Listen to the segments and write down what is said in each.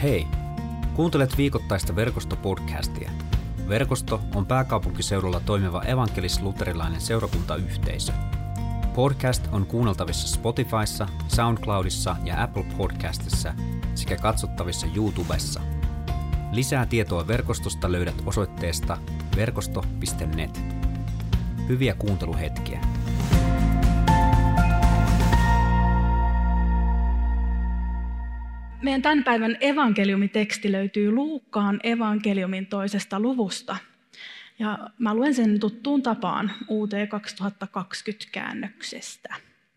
Hei! Kuuntelet viikoittaista Verkosto-podcastia. Verkosto on pääkaupunkiseudulla toimiva evankelis-luterilainen seurakuntayhteisö. Podcast on kuunneltavissa Spotifyssa, SoundCloudissa ja Apple Podcastissa sekä katsottavissa YouTubessa. Lisää tietoa verkostosta löydät osoitteesta verkosto.net. Hyviä kuunteluhetkiä. Meidän tämän päivän evankeliumiteksti löytyy Luukkaan evankeliumin 2. luvusta. Ja mä luen sen tuttuun tapaan UT 2020 käännöksestä.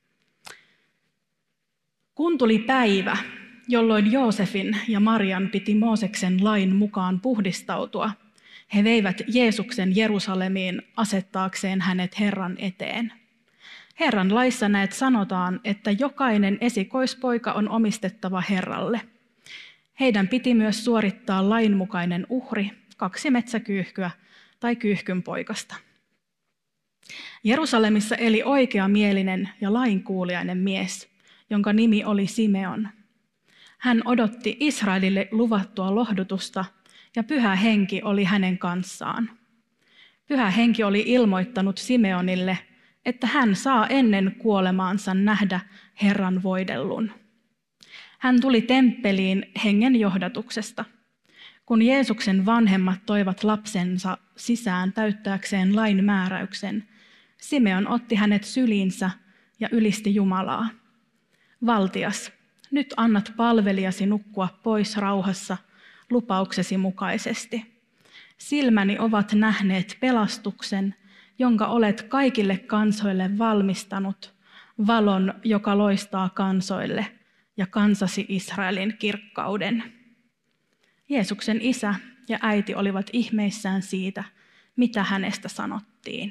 Kun tuli päivä, jolloin Joosefin ja Marian piti Mooseksen lain mukaan puhdistautua, he veivät Jeesuksen Jerusalemiin asettaakseen hänet Herran eteen. Herran laissa näet sanotaan, että jokainen esikoispoika on omistettava Herralle. Heidän piti myös suorittaa lainmukainen uhri, 2 metsäkyyhkyä tai kyyhkynpoikasta. Jerusalemissa eli oikeamielinen ja lainkuuliainen mies, jonka nimi oli Simeon. Hän odotti Israelille luvattua lohdutusta ja Pyhä Henki oli hänen kanssaan. Pyhä Henki oli ilmoittanut Simeonille, että hän saa ennen kuolemaansa nähdä Herran voidellun. Hän tuli temppeliin hengen johdatuksesta. Kun Jeesuksen vanhemmat toivat lapsensa sisään täyttääkseen lain määräyksen, Simeon otti hänet syliinsä ja ylisti Jumalaa. Valtias, nyt annat palvelijasi nukkua pois rauhassa lupauksesi mukaisesti. Silmäni ovat nähneet pelastuksen, jonka olet kaikille kansoille valmistanut, valon, joka loistaa kansoille, ja kansasi Israelin kirkkauden. Jeesuksen isä ja äiti olivat ihmeissään siitä, mitä hänestä sanottiin.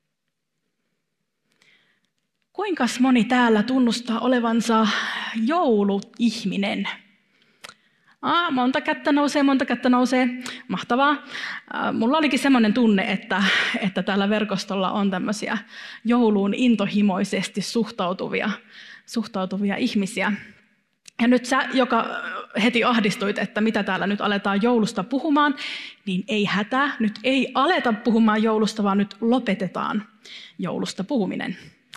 Kuinkas moni täällä tunnustaa olevansa jouluihminen? Monta kättä nousee. Mahtavaa. Mulla olikin semmoinen tunne, että täällä verkostolla on tämmöisiä jouluun intohimoisesti suhtautuvia ihmisiä. Ja nyt sä, joka heti ahdistuit, että mitä täällä nyt aletaan joulusta puhumaan, niin ei hätää. Nyt ei aleta puhumaan joulusta, vaan nyt lopetetaan joulusta puhuminen.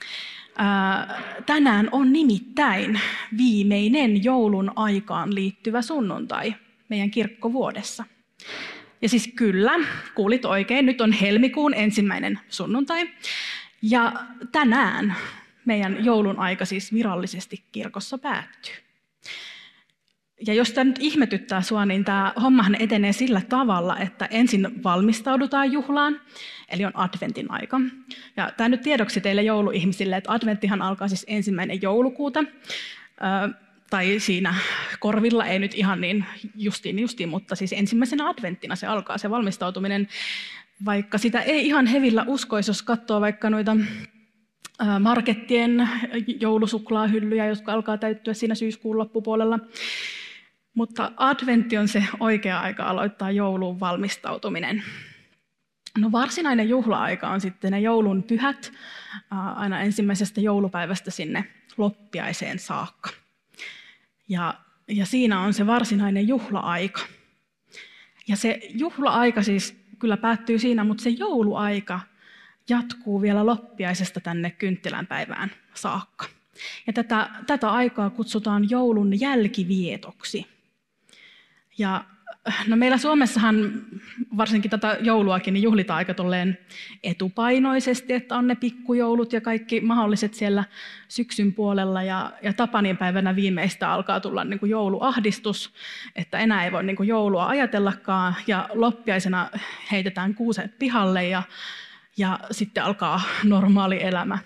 Tänään on nimittäin viimeinen joulun aikaan liittyvä sunnuntai meidän kirkkovuodessa. Ja siis kyllä, kuulit oikein, nyt on helmikuun 1. sunnuntai. Ja tänään meidän joulun aika siis virallisesti kirkossa päättyy. Ja jos tämä nyt ihmetyttää sua, niin tämä hommahan etenee sillä tavalla, että ensin valmistaudutaan juhlaan, eli on adventin aika. Ja tämä nyt tiedoksi teille jouluihmisille, että adventtihan alkaa siis 1. joulukuuta, tai siinä korvilla ei nyt ihan niin justiin, mutta siis ensimmäisenä adventtina se alkaa se valmistautuminen, vaikka sitä ei ihan hevillä uskoisi, jos katsoo vaikka noita markettien joulusuklaahyllyjä, jotka alkaa täyttyä siinä syyskuun loppupuolella. Mutta adventti on se oikea aika aloittaa jouluun valmistautuminen. No varsinainen juhla-aika on sitten ne joulun pyhät, aina ensimmäisestä joulupäivästä sinne loppiaiseen saakka. Ja siinä on se varsinainen juhla-aika. Ja se juhla-aika siis kyllä päättyy siinä, mutta se jouluaika jatkuu vielä loppiaisesta tänne kynttilänpäivään saakka. Ja tätä aikaa kutsutaan joulun jälkivietoksi. Ja no meillä Suomessahan varsinkin tätä jouluakin niin juhlitaan aika tolleen etupainoisesti, että on ne pikkujoulut ja kaikki mahdolliset siellä syksyn puolella. Ja tapaninpäivänä viimeistä alkaa tulla niin kuin jouluahdistus, että enää ei voi niin kuin joulua ajatellakaan. Ja loppiaisena heitetään kuuset pihalle ja sitten alkaa normaali elämä.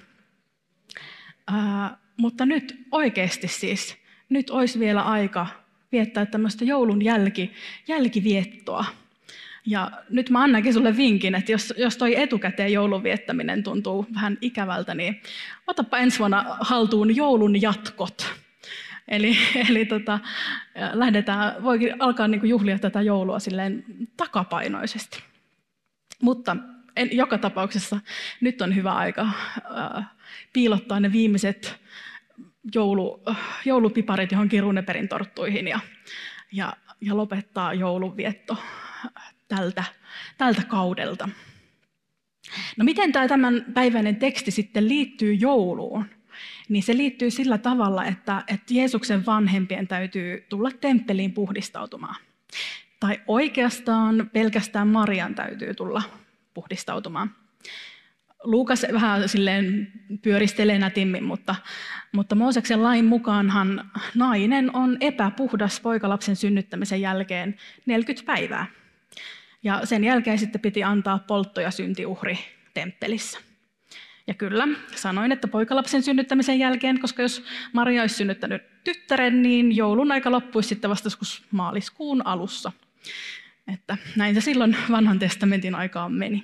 Mutta nyt oikeasti siis, nyt olisi vielä aika viettää tämmöistä joulun jälkiviettoa. Ja nyt mä annankin sulle vinkin, että jos toi etukäteen joulun viettäminen tuntuu vähän ikävältä, niin otapa ensi vuonna haltuun joulun jatkot. Eli lähdetään, voikin alkaa niinku juhlia tätä joulua silleen takapainoisesti. Mutta joka tapauksessa nyt on hyvä aika piilottaa ne viimeiset joulupiparit johonkin Runebergin torttuihin ja lopettaa joulunvietto tältä kaudelta. No miten tämä tämänpäiväinen teksti sitten liittyy jouluun? Niin se liittyy sillä tavalla, että Jeesuksen vanhempien täytyy tulla temppeliin puhdistautumaan. Tai oikeastaan pelkästään Marian täytyy tulla puhdistautumaan. Luukas vähän silleen pyöristelee nätimmin, mutta Mooseksen lain mukaanhan nainen on epäpuhdas poikalapsen synnyttämisen jälkeen 40 päivää. Ja sen jälkeen sitten piti antaa poltto- ja syntiuhri temppelissä. Ja kyllä, sanoin, että poikalapsen synnyttämisen jälkeen, koska jos Maria olisi synnyttänyt tyttären, niin joulun aika loppuisi sitten vasta maaliskuun alussa. Että näin se silloin vanhan testamentin aikaan meni.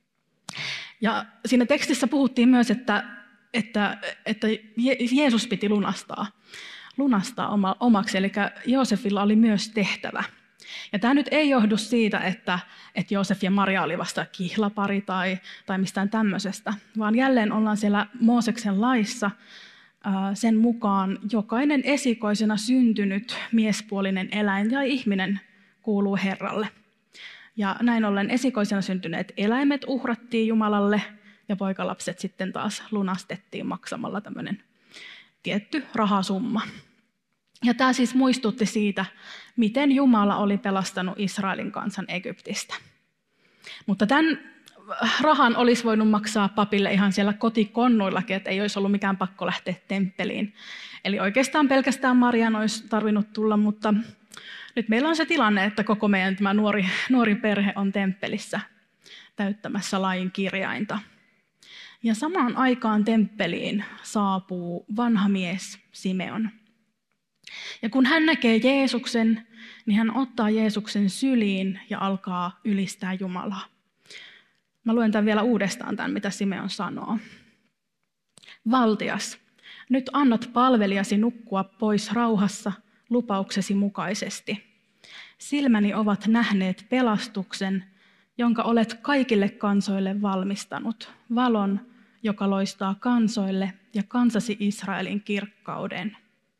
Ja siinä tekstissä puhuttiin myös, että Jeesus piti lunastaa omaksi, eli Joosefilla oli myös tehtävä. Ja tämä nyt ei johdu siitä, että Joosef ja Maria oli vasta kihlapari tai mistään tämmöisestä, vaan jälleen ollaan siellä Mooseksen laissa sen mukaan jokainen esikoisena syntynyt miespuolinen eläin ja ihminen kuuluu Herralle. Ja näin ollen esikoisena syntyneet eläimet uhrattiin Jumalalle ja poikalapset sitten taas lunastettiin maksamalla tämmöinen tietty rahasumma. Ja tämä siis muistutti siitä, miten Jumala oli pelastanut Israelin kansan Egyptistä. Mutta tämän rahan olisi voinut maksaa papille ihan siellä kotikonnuillakin, että ei olisi ollut mikään pakko lähteä temppeliin. Eli oikeastaan pelkästään Marian olisi tarvinnut tulla, mutta nyt meillä on se tilanne, että koko meidän tämä nuori perhe on temppelissä täyttämässä lain kirjainta. Ja samaan aikaan temppeliin saapuu vanha mies Simeon. Ja kun hän näkee Jeesuksen, niin hän ottaa Jeesuksen syliin ja alkaa ylistää Jumalaa. Mä luen tämän vielä uudestaan, mitä Simeon sanoo. Valtias, nyt annat palvelijasi nukkua pois rauhassa lupauksesi mukaisesti. Silmäni ovat nähneet pelastuksen, jonka olet kaikille kansoille valmistanut, valon, joka loistaa kansoille ja kansasi Israelin kirkkauden.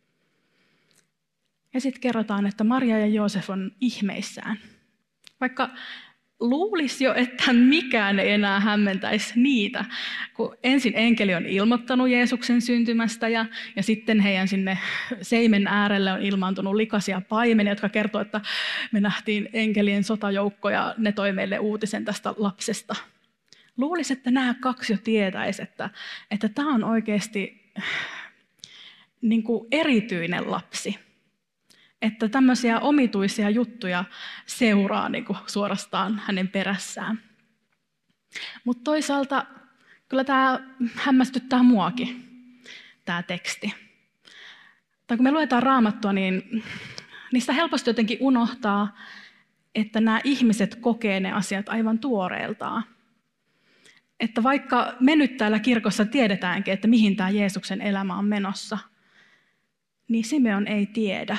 Ja sitten kerrotaan, että Maria ja Joosef on ihmeissään. Vaikka luulisi jo, että mikään ei enää hämmentäisi niitä, kun ensin enkeli on ilmoittanut Jeesuksen syntymästä ja sitten heidän sinne seimen äärelle on ilmaantunut likaisia paimenia, jotka kertoo, että me nähtiin enkelien sotajoukko ja ne toi meille uutisen tästä lapsesta. Luulisi, että nämä kaksi jo tietäisi, että tämä on oikeasti niin kuin erityinen lapsi. Että tämmöisiä omituisia juttuja seuraa niin kuin suorastaan hänen perässään. Mutta toisaalta kyllä tämä hämmästyttää muakin, tämä teksti. Tai kun me luetaan Raamattua, niin niistä helposti jotenkin unohtaa, että nämä ihmiset kokee ne asiat aivan tuoreeltaan. Että vaikka me nyt täällä kirkossa tiedetäänkin, että mihin tämä Jeesuksen elämä on menossa, niin Simeon ei tiedä.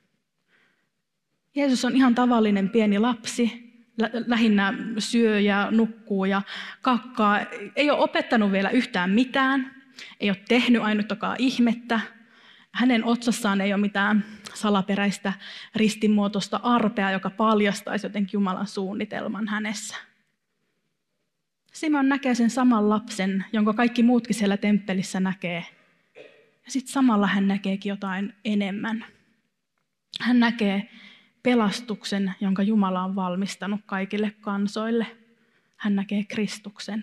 Jeesus on ihan tavallinen pieni lapsi, lähinnä syö ja nukkuu ja kakkaa. Ei ole opettanut vielä yhtään mitään, ei ole tehnyt ainuttakaan ihmettä. Hänen otsassaan ei ole mitään salaperäistä ristinmuotoista arpea, joka paljastaisi jotenkin Jumalan suunnitelman hänessä. Simeon näkee sen saman lapsen, jonka kaikki muutkin siellä temppelissä näkee. Ja sitten samalla hän näkeekin jotain enemmän. Hän näkee pelastuksen, jonka Jumala on valmistanut kaikille kansoille. Hän näkee Kristuksen.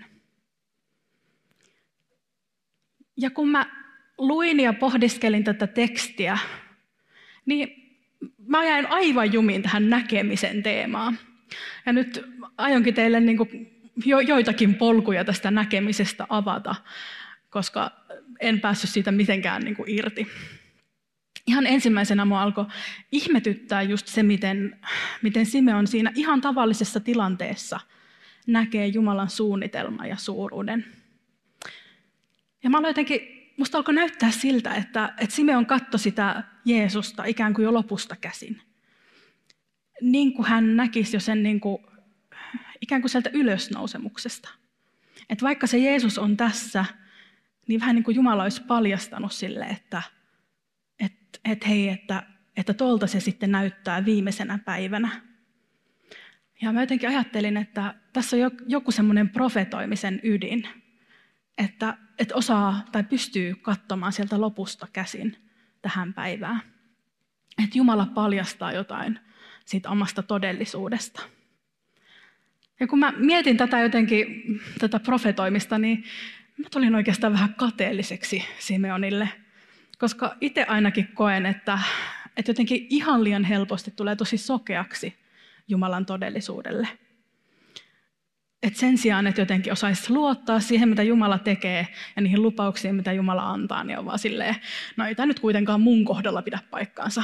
Ja kun mä luin ja pohdiskelin tätä tekstiä, niin mä jäin aivan jumiin tähän näkemisen teemaan. Ja nyt aionkin teille niin kuin joitakin polkuja tästä näkemisestä avata, koska en päässyt siitä mitenkään niin kuin irti. Ihan ensimmäisenä minua alkoi ihmetyttää just se, miten Simeon siinä ihan tavallisessa tilanteessa näkee Jumalan suunnitelman ja suuruuden. Ja musta alkoi näyttää siltä, että Simeon katsoi sitä Jeesusta ikään kuin jo lopusta käsin. Niin kuin hän näkisi jo sen niin kuin, ikään kuin sieltä ylösnousemuksesta. Että vaikka se Jeesus on tässä, niin vähän niin kuin Jumala olisi paljastanut sille, että hei, että että tuolta se sitten näyttää viimeisenä päivänä. Ja mä jotenkin ajattelin, että tässä on joku semmoinen profetoimisen ydin, että osaa tai pystyy katsomaan sieltä lopusta käsin tähän päivään. Että Jumala paljastaa jotain siitä omasta todellisuudesta. Ja kun mä mietin tätä profetoimista, niin mä tulin oikeastaan vähän kateelliseksi Simeonille, koska itse ainakin koen, että jotenkin ihan liian helposti tulee tosi sokeaksi Jumalan todellisuudelle. Et sen sijaan, että jotenkin osaisi luottaa siihen, mitä Jumala tekee ja niihin lupauksiin, mitä Jumala antaa, niin on vaan silleen, no ei tämä nyt kuitenkaan mun kohdalla pidä paikkaansa.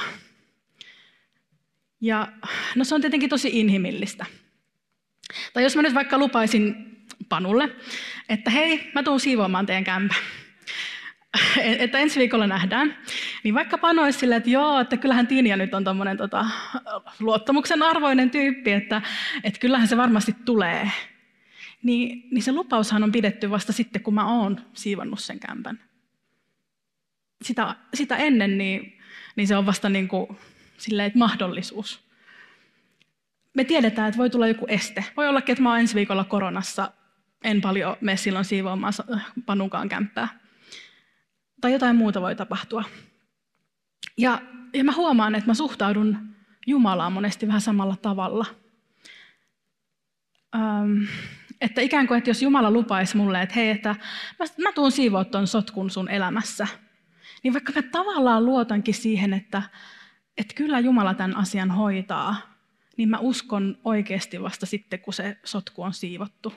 Ja no se on tietenkin tosi inhimillistä. Tai jos mä nyt vaikka lupaisin Panulle, että hei, mä tuun siivoamaan teidän kämpän. Että ensi viikolla nähdään. Niin vaikka Panu olisi silleen, että joo, että kyllähän Tiina nyt on tommoinen luottamuksen arvoinen tyyppi, että kyllähän se varmasti tulee. Niin se lupaushan on pidetty vasta sitten, kun mä oon siivannut sen kämpän. Sitä ennen niin se on vasta niin kuin silleen, että mahdollisuus. Me tiedetään, että voi tulla joku este. Voi ollakin, että mä oon ensi viikolla koronassa, en paljon mene silloin siivoamaan Panunkaan kämppää. Tai jotain muuta voi tapahtua. Ja mä huomaan, että mä suhtaudun Jumalaan monesti vähän samalla tavalla. Että ikään kuin, että jos Jumala lupaisi mulle, että hei, että mä tuun siivoa ton sotkun sun elämässä, niin vaikka mä tavallaan luotankin siihen, että kyllä Jumala tämän asian hoitaa, niin mä uskon oikeasti vasta sitten, kun se sotku on siivottu.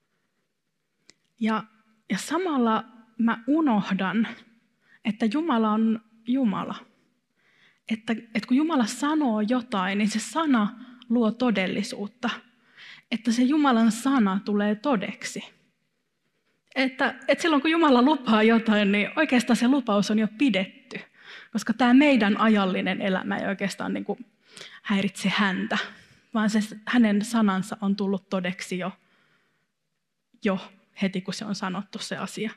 Ja samalla mä unohdan, että Jumala on Jumala. Että kun Jumala sanoo jotain, niin se sana luo todellisuutta. Että se Jumalan sana tulee todeksi. Että silloin kun Jumala lupaa jotain, niin oikeastaan se lupaus on jo pidetty. Koska tämä meidän ajallinen elämä ei oikeastaan niin kuin häiritse häntä, vaan hänen sanansa on tullut todeksi jo heti, kun se on sanottu se asia.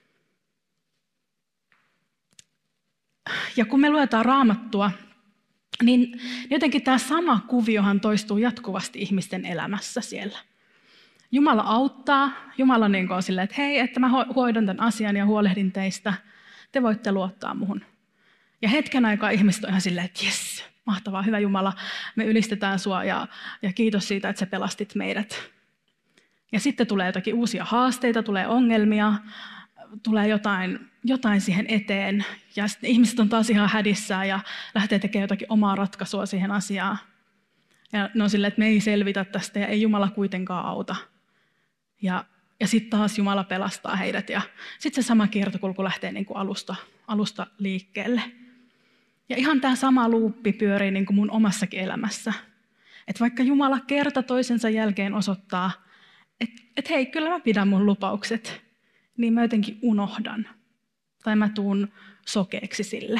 Ja kun me luetaan Raamattua, niin jotenkin tämä sama kuviohan toistuu jatkuvasti ihmisten elämässä siellä. Jumala auttaa, Jumala niin on silleen, että hei, että mä hoidan tämän asian ja huolehdin teistä, te voitte luottaa muhun. Ja hetken aikaa ihmiset on ihan silleen, että jes, mahtavaa, hyvä Jumala, me ylistetään sua ja kiitos siitä, että sä pelastit meidät. Ja sitten tulee jotakin uusia haasteita, tulee ongelmia, tulee jotain siihen eteen. Ja sitten ihmiset on taas ihan hädissään ja lähtee tekemään jotakin omaa ratkaisua siihen asiaan. Ja ne on silleen, että me ei selvitä tästä ja ei Jumala kuitenkaan auta. Ja sitten taas Jumala pelastaa heidät. Ja sitten se sama kiertokulku lähtee niin kuin alusta liikkeelle. Ja ihan tämä sama luuppi pyörii niin kuin mun omassakin elämässä. Että vaikka Jumala kerta toisensa jälkeen osoittaa, että hei, kyllä mä pidän mun lupaukset, niin mä jotenkin unohdan. Tai mä tuun sokeeksi sille.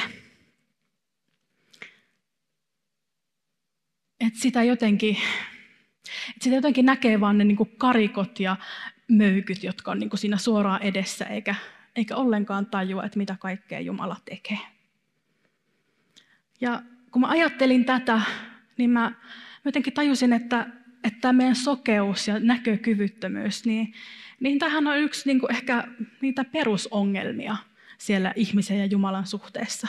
Että sitä jotenkin näkee vaan ne niin kuin karikot ja möykyt, jotka on niin kuin siinä suoraan edessä, eikä ollenkaan tajua, että mitä kaikkea Jumala tekee. Ja kun mä ajattelin tätä, niin mä jotenkin tajusin, että tämä meidän sokeus ja näkökyvyttömyys, niin tämähän on yksi niin kuin ehkä niitä perusongelmia siellä ihmisen ja Jumalan suhteessa.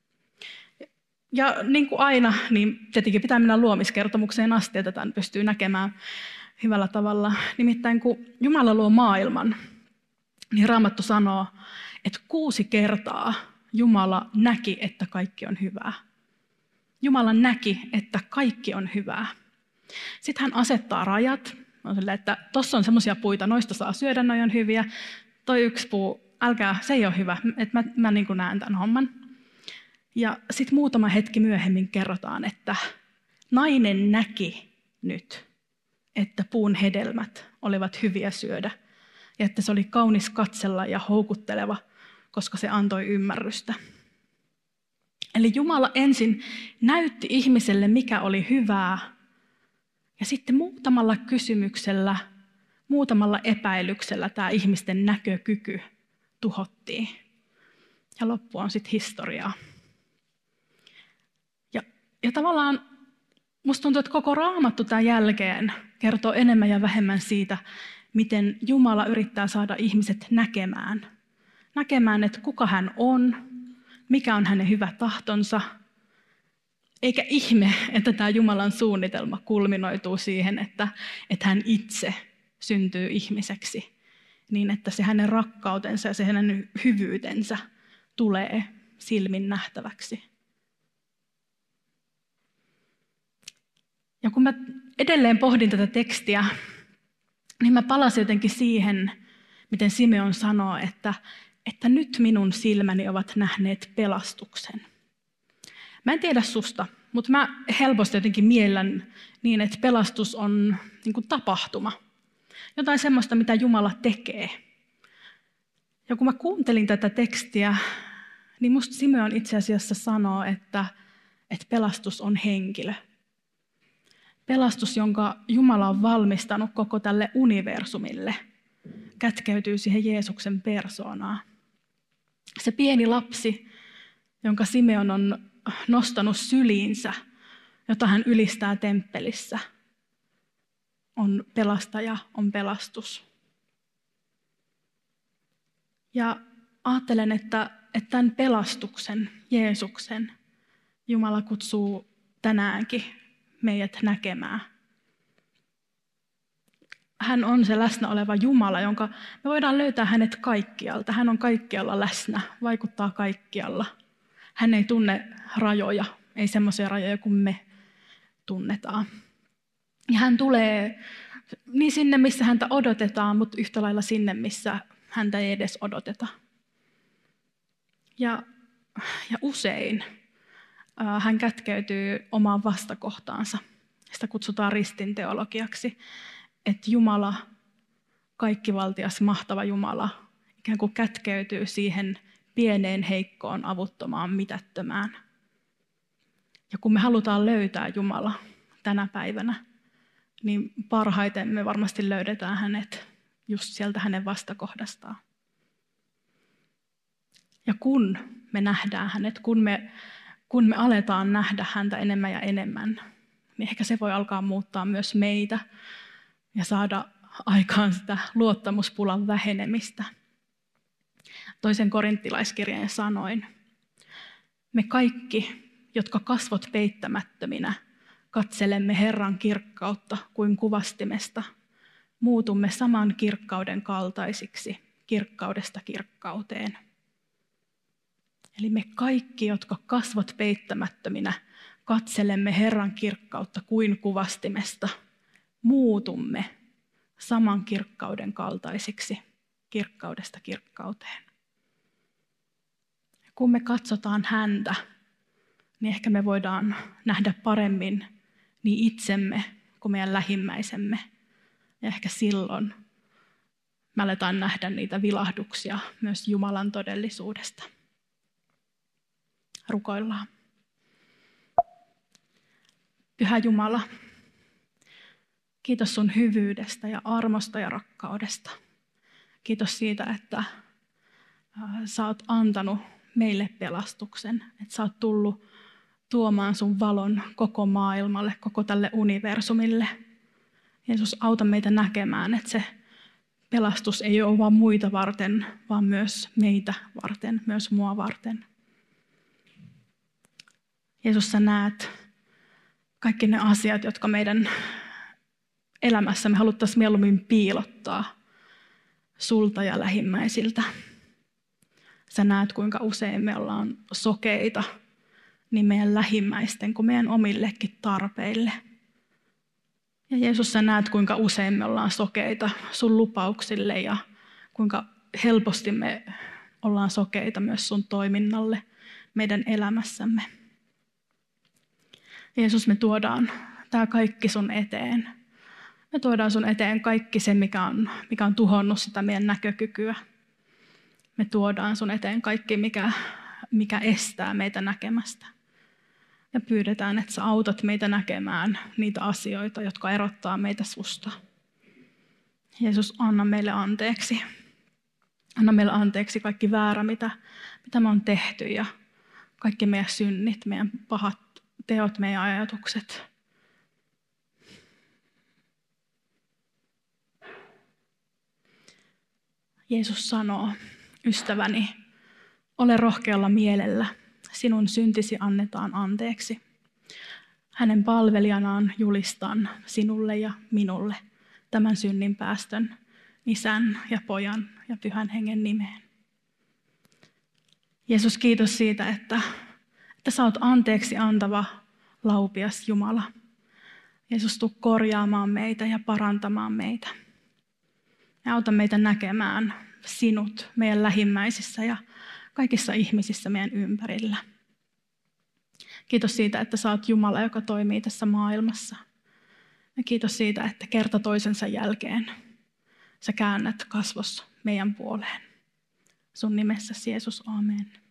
Ja niin kuin aina, niin tietenkin pitää mennä luomiskertomukseen asti, että tämän pystyy näkemään hyvällä tavalla. Nimittäin kun Jumala luo maailman, niin Raamattu sanoo, että 6 kertaa Jumala näki, että kaikki on hyvää. Jumala näki, että kaikki on hyvää. Sitten hän asettaa rajat. On sille, että tuossa on semmoisia puita, noista saa syödä, noi on hyviä. Toi yksi puu, älkää, se ei ole hyvä, että mä niin kuin näen tämän homman. Ja sitten muutama hetki myöhemmin kerrotaan, että nainen näki nyt, että puun hedelmät olivat hyviä syödä. Ja että se oli kaunis katsella ja houkutteleva, koska se antoi ymmärrystä. Eli Jumala ensin näytti ihmiselle, mikä oli hyvää. Ja sitten muutamalla kysymyksellä, muutamalla epäilyksellä tämä ihmisten näkökyky tuhottiin. Ja loppu on sitten historiaa. Ja Ja tavallaan musta tuntuu, että koko Raamattu tämän jälkeen kertoo enemmän ja vähemmän siitä, miten Jumala yrittää saada ihmiset näkemään, että kuka hän on, mikä on hänen hyvä tahtonsa. Eikä ihme, että tämä Jumalan suunnitelma kulminoituu siihen, että hän itse syntyy ihmiseksi, niin että se hänen rakkautensa ja se hänen hyvyytensä tulee silmin nähtäväksi. Ja kun mä edelleen pohdin tätä tekstiä, niin mä palasin jotenkin siihen, miten Simeon sanoo, että nyt minun silmäni ovat nähneet pelastuksen. Mä en tiedä susta, mutta mä helposti jotenkin miellän niin, että pelastus on niin kuin tapahtuma. Jotain semmoista, mitä Jumala tekee. Ja kun mä kuuntelin tätä tekstiä, niin musta Simeon itse asiassa sanoo, että pelastus on henkilö. Pelastus, jonka Jumala on valmistanut koko tälle universumille, kätkeytyy siihen Jeesuksen persoonaan. Se pieni lapsi, jonka Simeon on nostanut syliinsä, jota hän ylistää temppelissä, on pelastaja, on pelastus. Ja ajattelen, että tämän pelastuksen, Jeesuksen, Jumala kutsuu tänäänkin meidät näkemään. Hän on se läsnä oleva Jumala, jonka me voidaan löytää hänet kaikkialta. Hän on kaikkialla läsnä, vaikuttaa kaikkialla. Hän ei tunne rajoja, ei semmoisia rajoja kuin me tunnetaan. Ja hän tulee niin sinne, missä häntä odotetaan, mutta yhtä lailla sinne, missä häntä ei edes odoteta. Ja usein hän kätkeytyy omaan vastakohtaansa. Sitä kutsutaan ristinteologiaksi, että Jumala, kaikkivaltias, mahtava Jumala, ikään kuin kätkeytyy siihen pieneen, heikkoon, avuttomaan, mitättömään. Ja kun me halutaan löytää Jumala tänä päivänä, niin parhaiten me varmasti löydetään hänet just sieltä hänen vastakohdastaan. Ja kun me nähdään hänet, kun me aletaan nähdä häntä enemmän ja enemmän, niin ehkä se voi alkaa muuttaa myös meitä ja saada aikaan sitä luottamuspulan vähenemistä. Toisen korinttilaiskirjeen sanoin, me kaikki, jotka kasvot peittämättöminä, katselemme Herran kirkkautta kuin kuvastimesta, muutumme saman kirkkauden kaltaisiksi kirkkaudesta kirkkauteen. Eli me kaikki, jotka kasvot peittämättöminä, katselemme Herran kirkkautta kuin kuvastimesta, muutumme saman kirkkauden kaltaisiksi kirkkaudesta kirkkauteen. Kun me katsotaan häntä, niin ehkä me voidaan nähdä paremmin niin itsemme kuin meidän lähimmäisemme. Ja ehkä silloin me aletaan nähdä niitä vilahduksia myös Jumalan todellisuudesta. Rukoillaan. Pyhä Jumala, kiitos sun hyvyydestä ja armosta ja rakkaudesta. Kiitos siitä, että sä oot antanut meille pelastuksen, että sä oot tullut tuomaan sun valon koko maailmalle, koko tälle universumille. Jeesus, auta meitä näkemään, että se pelastus ei ole vain muita varten, vaan myös meitä varten, myös mua varten. Jeesus, sä näet kaikki ne asiat, jotka meidän elämässä me haluttaisiin mieluummin piilottaa sulta ja lähimmäisiltä. Sä näet, kuinka usein me ollaan sokeita niin meidän lähimmäisten kuin meidän omillekin tarpeille. Ja Jeesus, sä näet, kuinka usein me ollaan sokeita sun lupauksille ja kuinka helposti me ollaan sokeita myös sun toiminnalle meidän elämässämme. Jeesus, me tuodaan tämä kaikki sun eteen. Me tuodaan sun eteen kaikki se, mikä on tuhonnut sitä meidän näkökykyä. Me tuodaan sun eteen kaikki, mikä estää meitä näkemästä. Ja pyydetään, että sä autat meitä näkemään niitä asioita, jotka erottaa meitä susta. Jeesus, anna meille anteeksi. Anna meille anteeksi kaikki väärä, mitä me on tehty ja kaikki meidän synnit, meidän pahat teot, meidän ajatukset. Jeesus sanoo, ystäväni, ole rohkealla mielellä, sinun syntisi annetaan anteeksi. Hänen palvelijanaan julistan sinulle ja minulle tämän synnin päästön Isän ja Pojan ja Pyhän Hengen nimeen. Jeesus, kiitos siitä, että sä oot anteeksi antava, laupias Jumala. Jeesus, tuu korjaamaan meitä ja parantamaan meitä. Ja auta meitä näkemään sinut meidän lähimmäisissä ja kaikissa ihmisissä meidän ympärillä. Kiitos siitä, että sä oot Jumala, joka toimii tässä maailmassa. Ja kiitos siitä, että kerta toisensa jälkeen sä käännät kasvos meidän puoleen. Sun nimessäsi Jeesus, amen.